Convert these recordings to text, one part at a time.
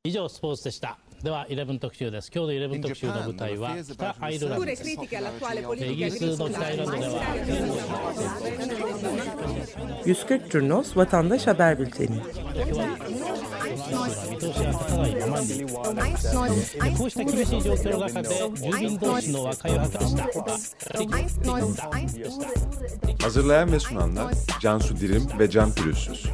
以上スポーツでした。では11特集です。今日の11特集の舞台は北アイルランドです。イギリスの北アイルランドでは 140 Curnos Vatandaş Haber Bülteni. 見通しが立たないままにこうした厳しい状況の中で住民同士の和解を図りました。 Hazırlayan ve sunanlar Cansu Dirim ve Can Pürüzsüz.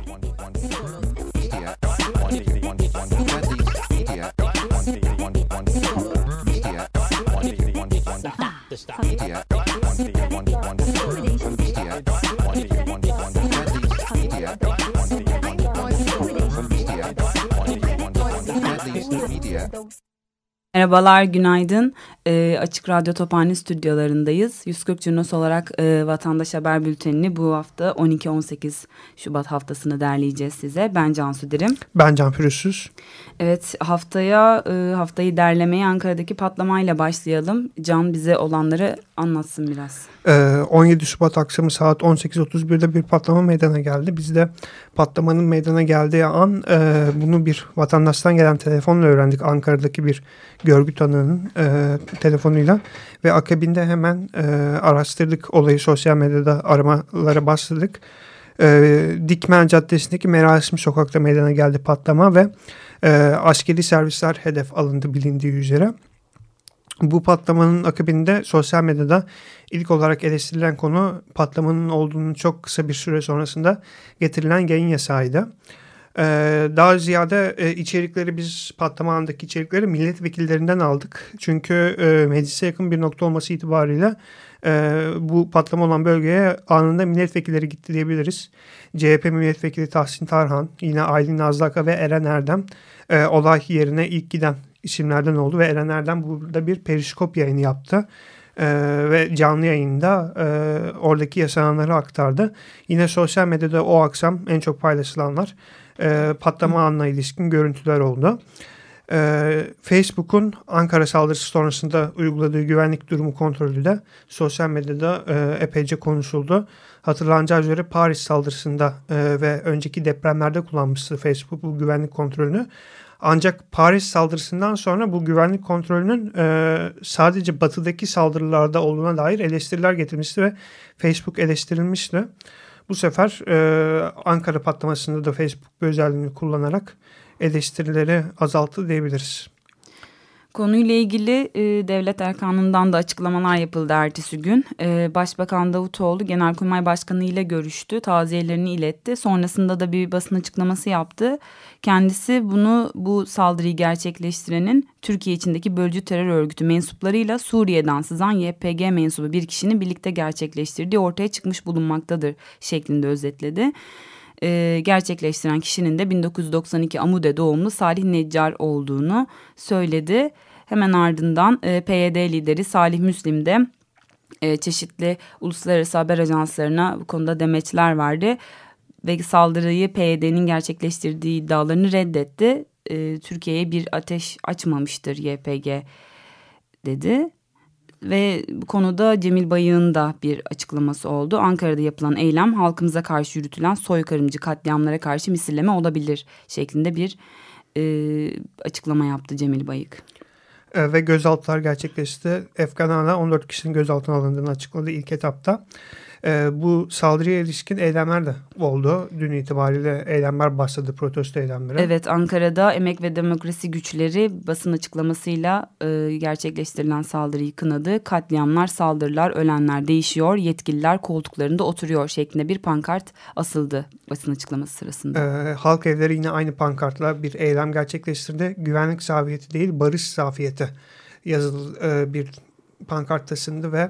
Merhabalar, günaydın. Açık Radyo Tophane stüdyolarındayız. 140 Curnos olarak Vatandaş Haber Bülteni'ni bu hafta 12-18 Şubat haftasını derleyeceğiz size. Ben Cansu Dirim. Ben Can Pürüzsüz. Evet, haftayı derlemeye Ankara'daki patlamayla başlayalım. Can bize olanları anlatsın biraz. 17 Şubat akşamı saat 18.31'de bir patlama meydana geldi. Biz de patlamanın meydana geldiği an bunu bir vatandaştan gelen telefonla öğrendik. Ankara'daki bir görgü tanığının telefonuyla ve akabinde hemen araştırdık olayı, sosyal medyada aramalara başladık. Dikmen Caddesi'ndeki Merasim Sokak'ta meydana geldi patlama ve askeri servisler hedef alındı bilindiği üzere. Bu patlamanın akabinde sosyal medyada ilk olarak eleştirilen konu patlamanın olduğunun çok kısa bir süre sonrasında getirilen yayın yasağıydı. Daha ziyade içerikleri biz patlama anındaki içerikleri milletvekillerinden aldık. Çünkü meclise yakın bir nokta olması itibariyle bu patlama olan bölgeye anında milletvekilleri gitti diyebiliriz. CHP milletvekili Tahsin Tarhan, yine Aylin Nazlıaka ve Eren Erdem olay yerine ilk giden isimlerden oldu ve Eren Erdem burada bir periskop yayını yaptı. Ve canlı yayında oradaki yaşananları aktardı. Yine sosyal medyada o akşam en çok paylaşılanlar patlama anına ilişkin görüntüler oldu. Facebook'un Ankara saldırısı sonrasında uyguladığı güvenlik durumu kontrolü de sosyal medyada epeyce konuşuldu. Hatırlanacağı üzere Paris saldırısında ve önceki depremlerde kullanmıştı Facebook bu güvenlik kontrolünü. Ancak Paris saldırısından sonra bu güvenlik kontrolünün sadece batıdaki saldırılarda olduğuna dair eleştiriler getirmişti ve Facebook eleştirilmişti. Bu sefer Ankara patlamasında da Facebook bu özelliğini kullanarak eleştirileri azalttı diyebiliriz. Konuyla ilgili devlet erkanından da açıklamalar yapıldı ertesi gün. Başbakan Davutoğlu Genelkurmay Başkanı ile görüştü, taziyelerini iletti. Sonrasında da bir basın açıklaması yaptı. Kendisi bu saldırıyı gerçekleştirenin Türkiye içindeki bölücü terör örgütü mensuplarıyla Suriye'den sızan YPG mensubu bir kişinin birlikte gerçekleştirdiği ortaya çıkmış bulunmaktadır şeklinde özetledi. Gerçekleştiren kişinin de 1992 Amude doğumlu Salih Neccar olduğunu söyledi. Hemen ardından PYD lideri Salih Müslim de çeşitli uluslararası haber ajanslarına bu konuda demeçler verdi ve saldırıyı PYD'nin gerçekleştirdiği iddialarını reddetti. Türkiye'ye bir ateş açmamıştır YPG dedi. Ve bu konuda Cemil Bayık'ın da bir açıklaması oldu. Ankara'da yapılan eylem halkımıza karşı yürütülen soykırımcı katliamlara karşı misilleme olabilir şeklinde bir açıklama yaptı Cemil Bayık. Ve gözaltılar gerçekleşti. Efgana'da 14 kişinin gözaltına alındığını açıkladı ilk etapta. Bu saldırıya ilişkin eylemler de oldu. Dün itibariyle eylemler başladı, protesto eylemleri. Evet, Ankara'da Emek ve Demokrasi Güçleri basın açıklamasıyla gerçekleştirilen saldırıyı kınadı. Katliamlar, saldırılar, ölenler değişiyor, yetkililer koltuklarında oturuyor şeklinde bir pankart asıldı basın açıklaması sırasında. Halk evleri yine aynı pankartla bir eylem gerçekleştirdi. Güvenlik zafiyeti değil, barış zafiyeti yazılı bir pankart taşındı ve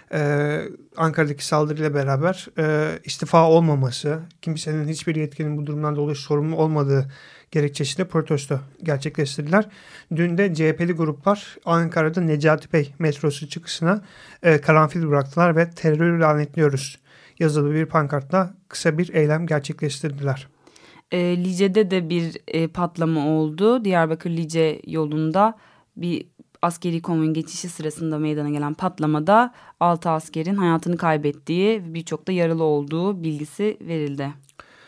Ankara'daki saldırıyla beraber istifa olmaması, kimsenin, hiçbir yetkinin bu durumdan dolayı sorumlu olmadığı gerekçesiyle protesto gerçekleştirdiler. Dün de CHP'li gruplar Ankara'da Necati Bey metrosu çıkışına karanfil bıraktılar ve terörü lanetliyoruz yazılı bir pankartla kısa bir eylem gerçekleştirdiler. Lice'de de bir patlama oldu. Diyarbakır Lice yolunda bir askeri konvoyun geçişi sırasında meydana gelen patlamada 6 askerin hayatını kaybettiği, birçok da yaralı olduğu bilgisi verildi.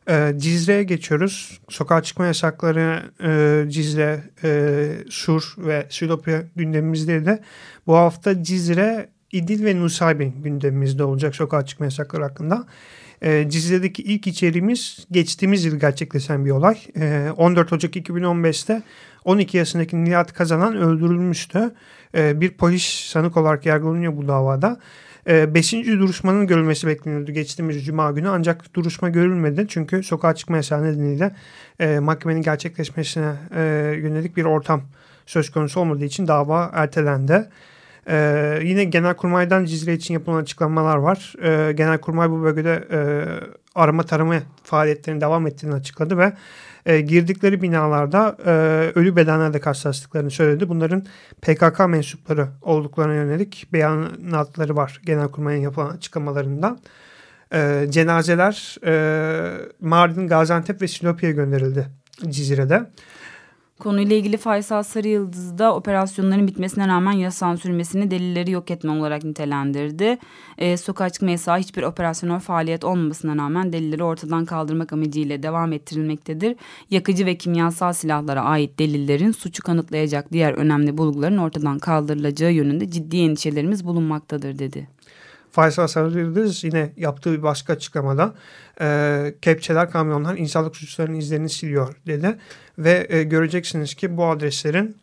Cizre'ye geçiyoruz. Sokağa çıkma yasakları Cizre, Sur ve Silopya gündemimizdeydi. Bu hafta Cizre, İdil ve Nusaybin gündemimizde olacak sokağa çıkma yasakları hakkında. Cizre'deki ilk içeriğimiz geçtiğimiz yıl gerçekleşen bir olay. 14 Ocak 2015'te 12 yaşındaki Nihat Kazanan öldürülmüştü. Bir polis sanık olarak yargılanıyor bu davada. 5. duruşmanın görülmesi bekleniyordu geçtiğimiz Cuma günü, ancak duruşma görülmedi. Çünkü sokağa çıkma yasağı nedeniyle mahkemenin gerçekleşmesine yönelik bir ortam söz konusu olmadığı için dava ertelendi. Yine Genelkurmay'dan Cizre için yapılan açıklamalar var. Genelkurmay bu bölgede arama tarama faaliyetlerinin devam ettiğini açıkladı ve girdikleri binalarda ölü bedenlerle karşılaştıklarını söyledi. Bunların PKK mensupları olduklarına yönelik beyanatları var Genelkurmay'ın yapılan açıklamalarında. Cenazeler Mardin, Gaziantep ve Silopya'ya gönderildi Cizre'de. Konuyla ilgili Faysal Sarıyıldız da operasyonların bitmesine rağmen yasağın sürmesini delilleri yok etme olarak nitelendirdi. Sokağa çıkma yasağı hiçbir operasyonel faaliyet olmamasına rağmen delilleri ortadan kaldırmak amacıyla devam ettirilmektedir. Yakıcı ve kimyasal silahlara ait delillerin suçu kanıtlayacak diğer önemli bulguların ortadan kaldırılacağı yönünde ciddi endişelerimiz bulunmaktadır dedi. Faysal Sarıyıldız yine yaptığı bir başka açıklamada kepçeler, kamyonlar insanlık suçlarının izlerini siliyor dedi. Ve göreceksiniz ki bu adreslerin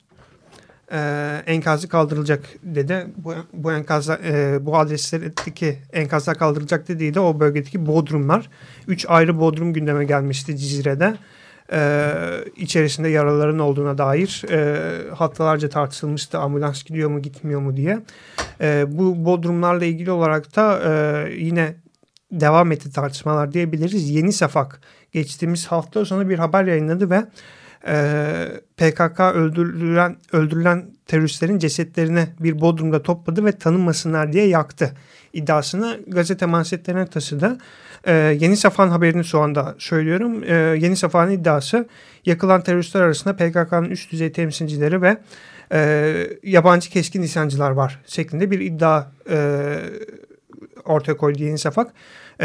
enkazı kaldırılacak dedi. Bu adreslerdeki enkazlar kaldırılacak dediği de o bölgedeki bodrumlar. 3 ayrı bodrum gündeme gelmişti Cizre'de. İçerisinde yaralıların olduğuna dair haftalarca tartışılmıştı, ambulans gidiyor mu gitmiyor mu diye. Bu bodrumlarla ilgili olarak da yine devam etti tartışmalar diyebiliriz. Yeni Şafak geçtiğimiz hafta sonu bir haber yayınladı ve PKK öldürülen teröristlerin cesetlerini bir bodrumda topladı ve tanınmasınlar diye yaktı iddiasını gazete manşetlerine taşıdı. Yeni Şafak'ın haberini şu anda söylüyorum. Yeni Şafak'ın iddiası yakılan teröristler arasında PKK'nın üst düzey temsilcileri ve yabancı keskin nişancılar var şeklinde bir iddia ortaya koydu Yeni Şafak.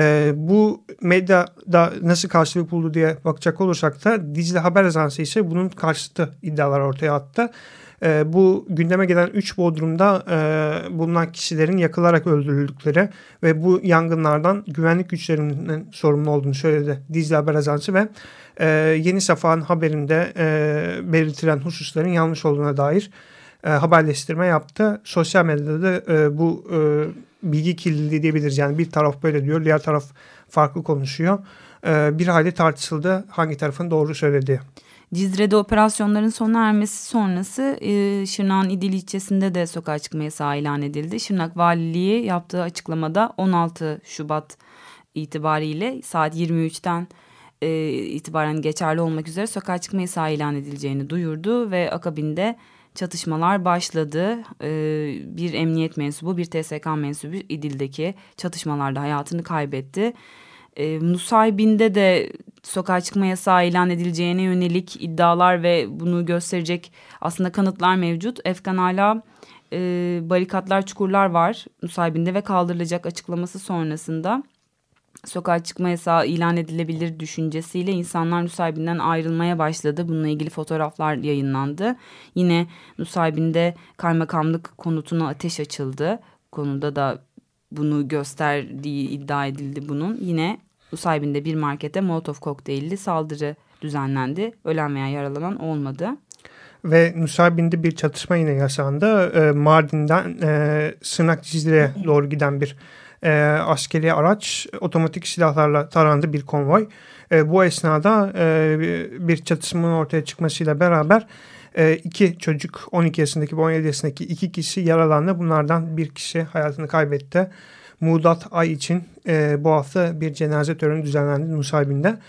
Bu medyada nasıl karşılık buldu diye bakacak olursak da Dicle Haber Ajansı ise bunun karşıtı iddialar ortaya attı. Bu gündeme gelen 3 bodrumda bulunan kişilerin yakılarak öldürüldükleri ve bu yangınlardan güvenlik güçlerinin sorumlu olduğunu söyledi Dicle Haber Ajansı ve Yeni Şafak'ın haberinde belirtilen hususların yanlış olduğuna dair haberleştirme yaptı. Sosyal medyada da bu bilgi kirliliği diyebiliriz. Yani bir taraf böyle diyor, diğer taraf farklı konuşuyor. Bir hayli tartışıldı hangi tarafın doğru söylediği. Cizre'de operasyonların sona ermesi sonrası Şırnak'ın İdil ilçesinde de sokağa çıkma yasağı ilan edildi. Şırnak Valiliği yaptığı açıklamada 16 Şubat itibariyle saat 23'ten itibaren geçerli olmak üzere sokağa çıkma yasağı ilan edileceğini duyurdu ve akabinde çatışmalar başladı. Bir emniyet mensubu, bir TSK mensubu İdil'deki çatışmalarda hayatını kaybetti. Nusaybin'de de sokağa çıkma yasağı ilan edileceğine yönelik iddialar ve bunu gösterecek aslında kanıtlar mevcut. Efkan barikatlar, çukurlar var Nusaybin'de ve kaldırılacak açıklaması sonrasında sokağa çıkma yasağı ilan edilebilir düşüncesiyle insanlar Nusaybin'den ayrılmaya başladı. Bununla ilgili fotoğraflar yayınlandı. Yine Nusaybin'de kaymakamlık konutuna ateş açıldı. Konuda da bunu gösterdiği iddia edildi bunun. Yine Nusaybin'de bir markete Molotov kokteylli saldırı düzenlendi. Ölen veya yaralanan olmadı. Ve Nusaybin'de bir çatışma yine yaşandı. Mardin'den Şırnak Cizre'ye doğru giden bir askeri araç otomatik silahlarla tarandı, bir konvoy. Bu esnada bir çatışmanın ortaya çıkmasıyla beraber 2 çocuk, 12 yaşındaki ve 17 yaşındaki 2 kişi yaralandı. Bunlardan bir kişi hayatını kaybetti. Muğdat Ay için bu hafta bir cenaze töreni düzenlendi Nusaybin'de.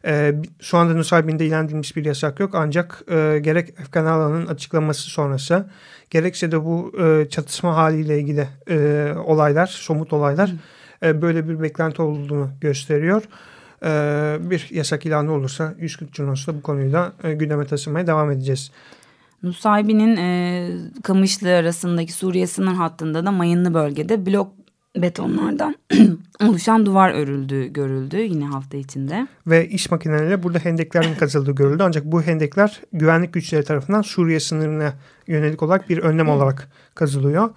Şu anda Nusaybin'de ilan edilmiş bir yasak yok, ancak gerek Efkan Alan'ın açıklaması sonrası gerekse de bu çatışma haliyle ilgili olaylar, somut olaylar böyle bir beklenti olduğunu gösteriyor. Bir yasak ilanı olursa 140 Cunos'ta bu konuyu da gündeme taşımaya devam edeceğiz. Nusaybin'in Kamışlı arasındaki Suriye sınır hattında da Mayınlı bölgede blok betonlardan oluşan duvar örüldüğü görüldü yine hafta içinde. Ve iş makineleriyle burada hendeklerin kazıldığı görüldü. Ancak bu hendekler güvenlik güçleri tarafından Suriye sınırına yönelik olarak bir önlem olarak kazılıyor.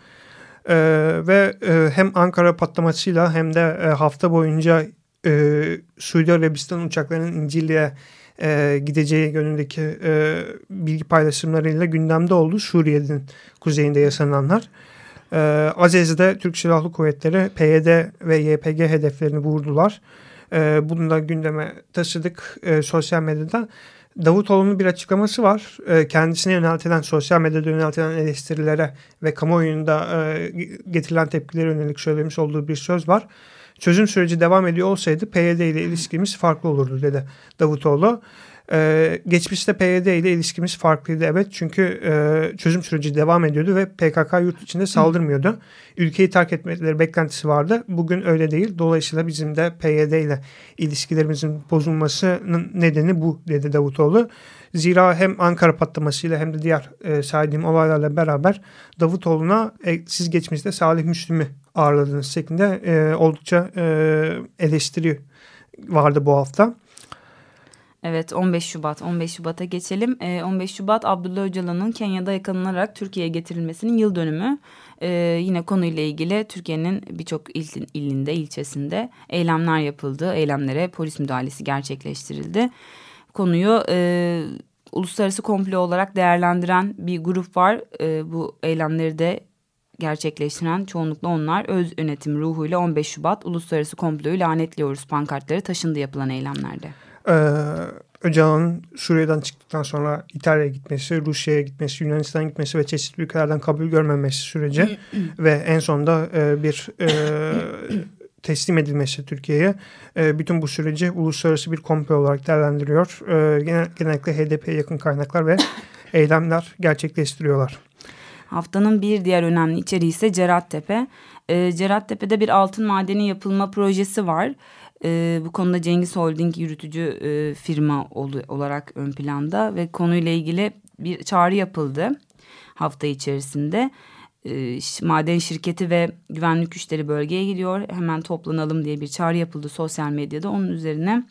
Ve hem Ankara patlamasıyla hem de hafta boyunca Suudi Arabistan uçaklarının İncil'e gideceği yönündeki bilgi paylaşımlarıyla gündemde oldu Suriye'nin kuzeyinde yaşananlar. Azez'de Türk Silahlı Kuvvetleri PYD ve YPG hedeflerini vurdular. Bunu da gündeme taşıdık sosyal medyada. Davutoğlu'nun bir açıklaması var. Kendisine yöneltilen, sosyal medyada yöneltilen eleştirilere ve kamuoyunda getirilen tepkilere yönelik söylemiş olduğu bir söz var. Çözüm süreci devam ediyor olsaydı PYD ile ilişkimiz farklı olurdu dedi Davutoğlu. Geçmişte PYD ile ilişkimiz farklıydı, evet, çünkü çözüm süreci devam ediyordu ve PKK yurt içinde saldırmıyordu. Ülkeyi terk etmeleri beklentisi vardı. Bugün öyle değil. Dolayısıyla bizim de PYD ile ilişkilerimizin bozulmasının nedeni bu dedi Davutoğlu. Zira hem Ankara patlamasıyla hem de diğer saydığım olaylarla beraber Davutoğlu'na siz geçmişte Salih Müslim'i ağırladınız şeklinde oldukça eleştiri vardı bu hafta. Evet, 15 Şubat'a geçelim. 15 Şubat Abdullah Öcalan'ın Kenya'da yakalanarak Türkiye'ye getirilmesinin yıl dönümü. Yine konuyla ilgili Türkiye'nin birçok ilinde, ilçesinde eylemler yapıldı. Eylemlere polis müdahalesi gerçekleştirildi. Konuyu uluslararası komplo olarak değerlendiren bir grup var. Bu eylemleri de gerçekleştiren çoğunlukla onlar öz yönetim ruhuyla 15 Şubat uluslararası komployu lanetliyoruz pankartları taşındı yapılan eylemlerde. Öcalan'ın Suriye'den çıktıktan sonra İtalya'ya gitmesi, Rusya'ya gitmesi, Yunanistan'a gitmesi ve çeşitli ülkelerden kabul görmemesi süreci ve en sonunda bir teslim edilmesi Türkiye'ye, bütün bu süreci uluslararası bir komplo olarak değerlendiriyor. Genellikle HDP'ye yakın kaynaklar ve eylemler gerçekleştiriyorlar. Haftanın bir diğer önemli içeriği ise Cerattepe. Cerattepe'de bir altın madeni yapılma projesi var. Bu konuda Cengiz Holding yürütücü firma olarak ön planda ve konuyla ilgili bir çağrı yapıldı hafta içerisinde. Maden şirketi ve güvenlik güçleri bölgeye gidiyor. Hemen toplanalım diye bir çağrı yapıldı sosyal medyada. Onun üzerine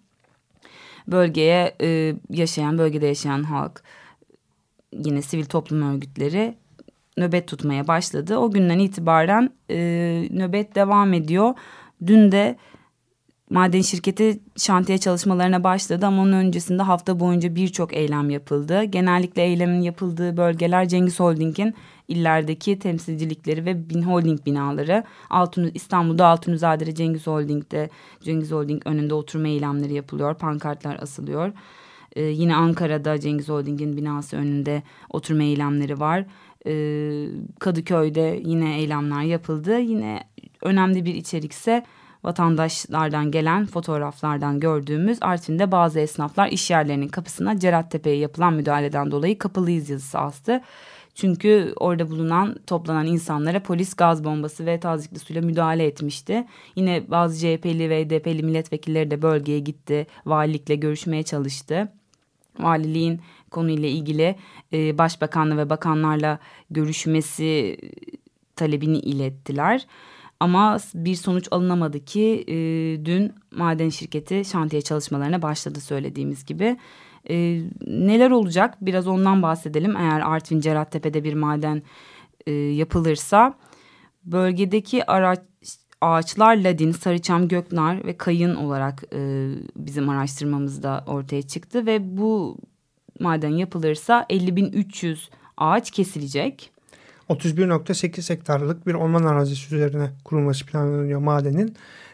bölgede yaşayan halk, yine sivil toplum örgütleri nöbet tutmaya başladı. O günden itibaren nöbet devam ediyor. Dün de maden şirketi şantiye çalışmalarına başladı ama onun öncesinde hafta boyunca birçok eylem yapıldı. Genellikle eylemin yapıldığı bölgeler Cengiz Holding'in illerdeki temsilcilikleri ve Bin Holding binaları. İstanbul'da Altunizade'de Cengiz Holding önünde oturma eylemleri yapılıyor. Pankartlar asılıyor. Yine Ankara'da Cengiz Holding'in binası önünde oturma eylemleri var. Kadıköy'de yine eylemler yapıldı. Yine önemli bir içerikse vatandaşlardan gelen fotoğraflardan gördüğümüz Artvin'de bazı esnaflar iş yerlerinin kapısına Cerattepe'ye yapılan müdahaleden dolayı kapalıyız yazısı astı. Çünkü orada toplanan insanlara polis gaz bombası ve tazikli suyla müdahale etmişti. Yine bazı CHP'li ve HDP'li milletvekilleri de bölgeye gitti. Valilikle görüşmeye çalıştı. Valiliğin konuyla ilgili başbakanla ve bakanlarla görüşmesi talebini ilettiler. Ama bir sonuç alınamadı ki dün maden şirketi şantiye çalışmalarına başladı söylediğimiz gibi. Neler olacak biraz ondan bahsedelim. Eğer Artvin Cerattepe'de bir maden yapılırsa bölgedeki ağaçlar ladin, sarıçam, göknar ve kayın olarak bizim araştırmamızda ortaya çıktı. Ve bu maden yapılırsa 50.300 ağaç kesilecek. 31.8 hektarlık bir orman arazisi üzerine kurulması planlanıyor madenin.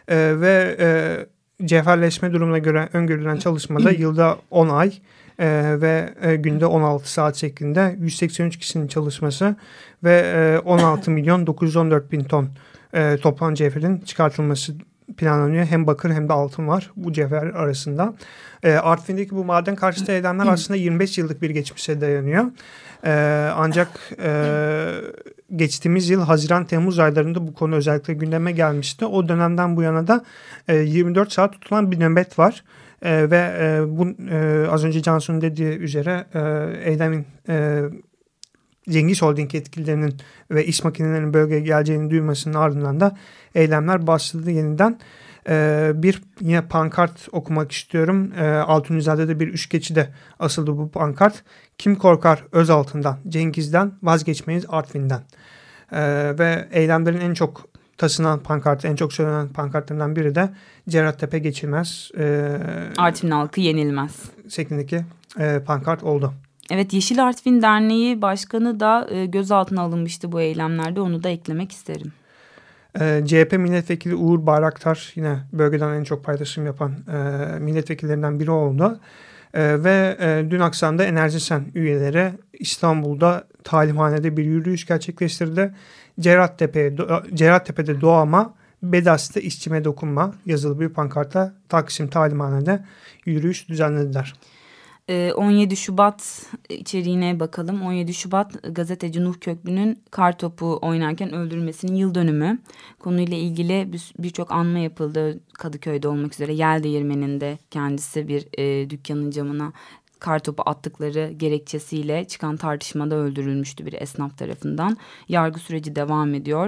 Cevherleşme durumuna göre öngörülen çalışmada yılda 10 ay ve günde 16 saat şeklinde 183 kişinin çalışması ve 16.914.000 ton toplam cevherin çıkartılması planlanıyor. Hem bakır hem de altın var bu cevher arasında. Artvin'deki bu maden karşıtı eylemler aslında 25 yıllık bir geçmişe dayanıyor. Ancak geçtiğimiz yıl Haziran-Temmuz aylarında bu konu özellikle gündeme gelmişti. O dönemden bu yana da 24 saat tutulan bir nöbet var. Ve az önce Cansu'nun dediği üzere eylemin Cengiz Holding yetkililerinin ve iş makinelerinin bölgeye geleceğini duymasının ardından da eylemler başladı yeniden. Bir yine pankart okumak istiyorum. Altunizade'de bir üçgeçide asıldı bu pankart. Kim korkar Özaltı'ndan, Cengiz'den, vazgeçmeyiz Artvin'den. Ve eylemlerin en çok taşınan pankart, en çok söylenen pankartlarından biri de Cerattepe geçilmez. Artvin halkı yenilmez şeklindeki pankart oldu. Evet, Yeşil Artvin Derneği Başkanı da gözaltına alınmıştı bu eylemlerde. Onu da eklemek isterim. CHP milletvekili Uğur Bayraktar yine bölgeden en çok paylaşım yapan milletvekillerinden biri oldu. Ve dün akşamda Enerjisen üyeleri İstanbul'da talimhanede bir yürüyüş gerçekleştirdi. Cerattepe'de doğama, Bedas'ta işçime dokunma yazılı bir pankartla Taksim talimhanede yürüyüş düzenlediler. 17 Şubat içeriğine bakalım. 17 Şubat gazeteci Nuh Köklü'nün kartopu oynarken öldürülmesinin yıl dönümü. Konuyla ilgili birçok anma yapıldı. Kadıköy'de olmak üzere Yeldeğirmeni'nde kendisi bir dükkanın camına kartopu attıkları gerekçesiyle çıkan tartışmada öldürülmüştü bir esnaf tarafından. Yargı süreci devam ediyor.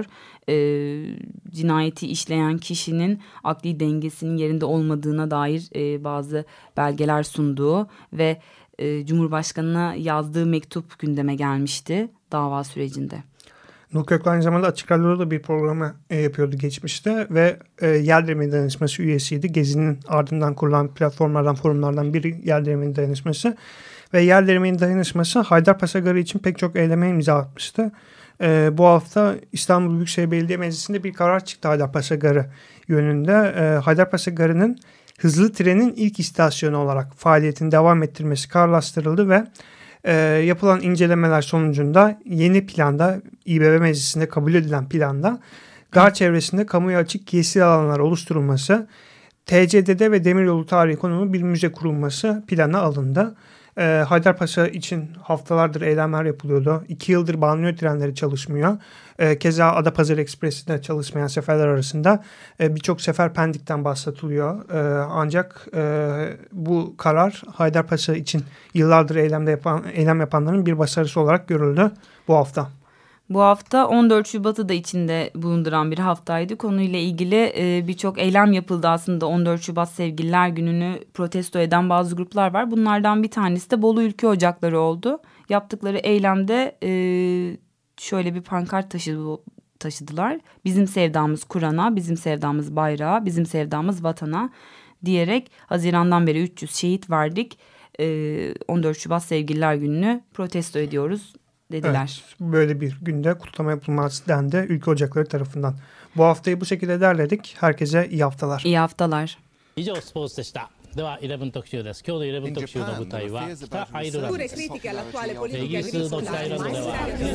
Cinayeti işleyen kişinin akli dengesinin yerinde olmadığına dair bazı belgeler sunduğu ve Cumhurbaşkanı'na yazdığı mektup gündeme gelmişti dava sürecinde. Nuh Köklü aynı zamanda Açık Radyo'da da bir programı yapıyordu geçmişte ve Yeldeğirmeni Dayanışması üyesiydi. Gezi'nin ardından kurulan platformlardan, forumlardan biri Yeldeğirmeni Dayanışması. Ve Yeldeğirmeni Dayanışması Haydarpaşa Garı için pek çok eyleme imza atmıştı. Bu hafta İstanbul Büyükşehir Belediye Meclisi'nde bir karar çıktı Haydarpaşa Garı yönünde. Haydarpaşa Garı'nın hızlı trenin ilk istasyonu olarak faaliyetini devam ettirmesi kararlaştırıldı ve yapılan incelemeler sonucunda yeni planda, İBB Meclisi'nde kabul edilen planda gar çevresinde kamuya açık yeşil alanlar oluşturulması, TCD'de ve demiryolu tarihi konulu bir müze kurulması plana alındı. Haydarpaşa için haftalardır eylemler yapılıyordu. 2 yıldır banliyö trenleri çalışmıyor. Keza Adapazarı Ekspresi'nde çalışmayan seferler arasında birçok sefer Pendik'ten bahsediliyor. Ancak bu karar Haydarpaşa için yıllardır eylem yapanların bir başarısı olarak görüldü bu hafta. Bu hafta 14 Şubat'ı da içinde bulunduran bir haftaydı. Konuyla ilgili birçok eylem yapıldı aslında. 14 Şubat Sevgililer Günü'nü protesto eden bazı gruplar var. Bunlardan bir tanesi de Bolu Ülke Ocakları oldu. Yaptıkları eylemde şöyle bir pankart taşıdılar. Bizim sevdamız Kur'an'a, bizim sevdamız bayrağa, bizim sevdamız vatana diyerek Haziran'dan beri 300 şehit verdik. 14 Şubat Sevgililer Günü'nü protesto ediyoruz dediler. Evet, böyle bir günde kutlama yapılması dendi Ülke Ocakları tarafından. Bu haftayı bu şekilde derledik. Herkese iyi haftalar. İyi haftalar. 以上スポーツでした。では11特集です。今日の11特集の舞台は北アイルランドです。イギリスの北アイルランドでは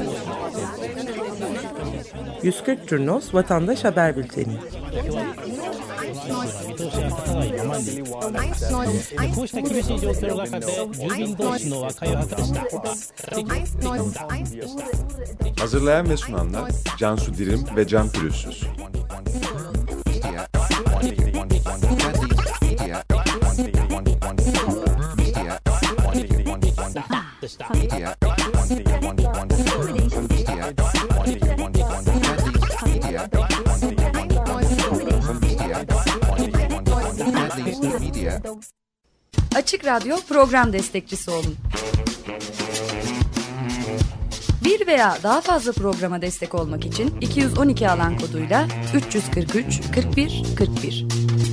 140 Turnos Vatandaş Haber Bülteni. 見通しが立たないままにこうした厳しい状況の中で住民同士の和解を図りました。 Hazırlayan ve sunanlar Cansu Dirim ve Can Pürüzsüz. Açık Radyo program destekçisi olun. Bir veya daha fazla programa destek olmak için 212 alan koduyla 343 41 41.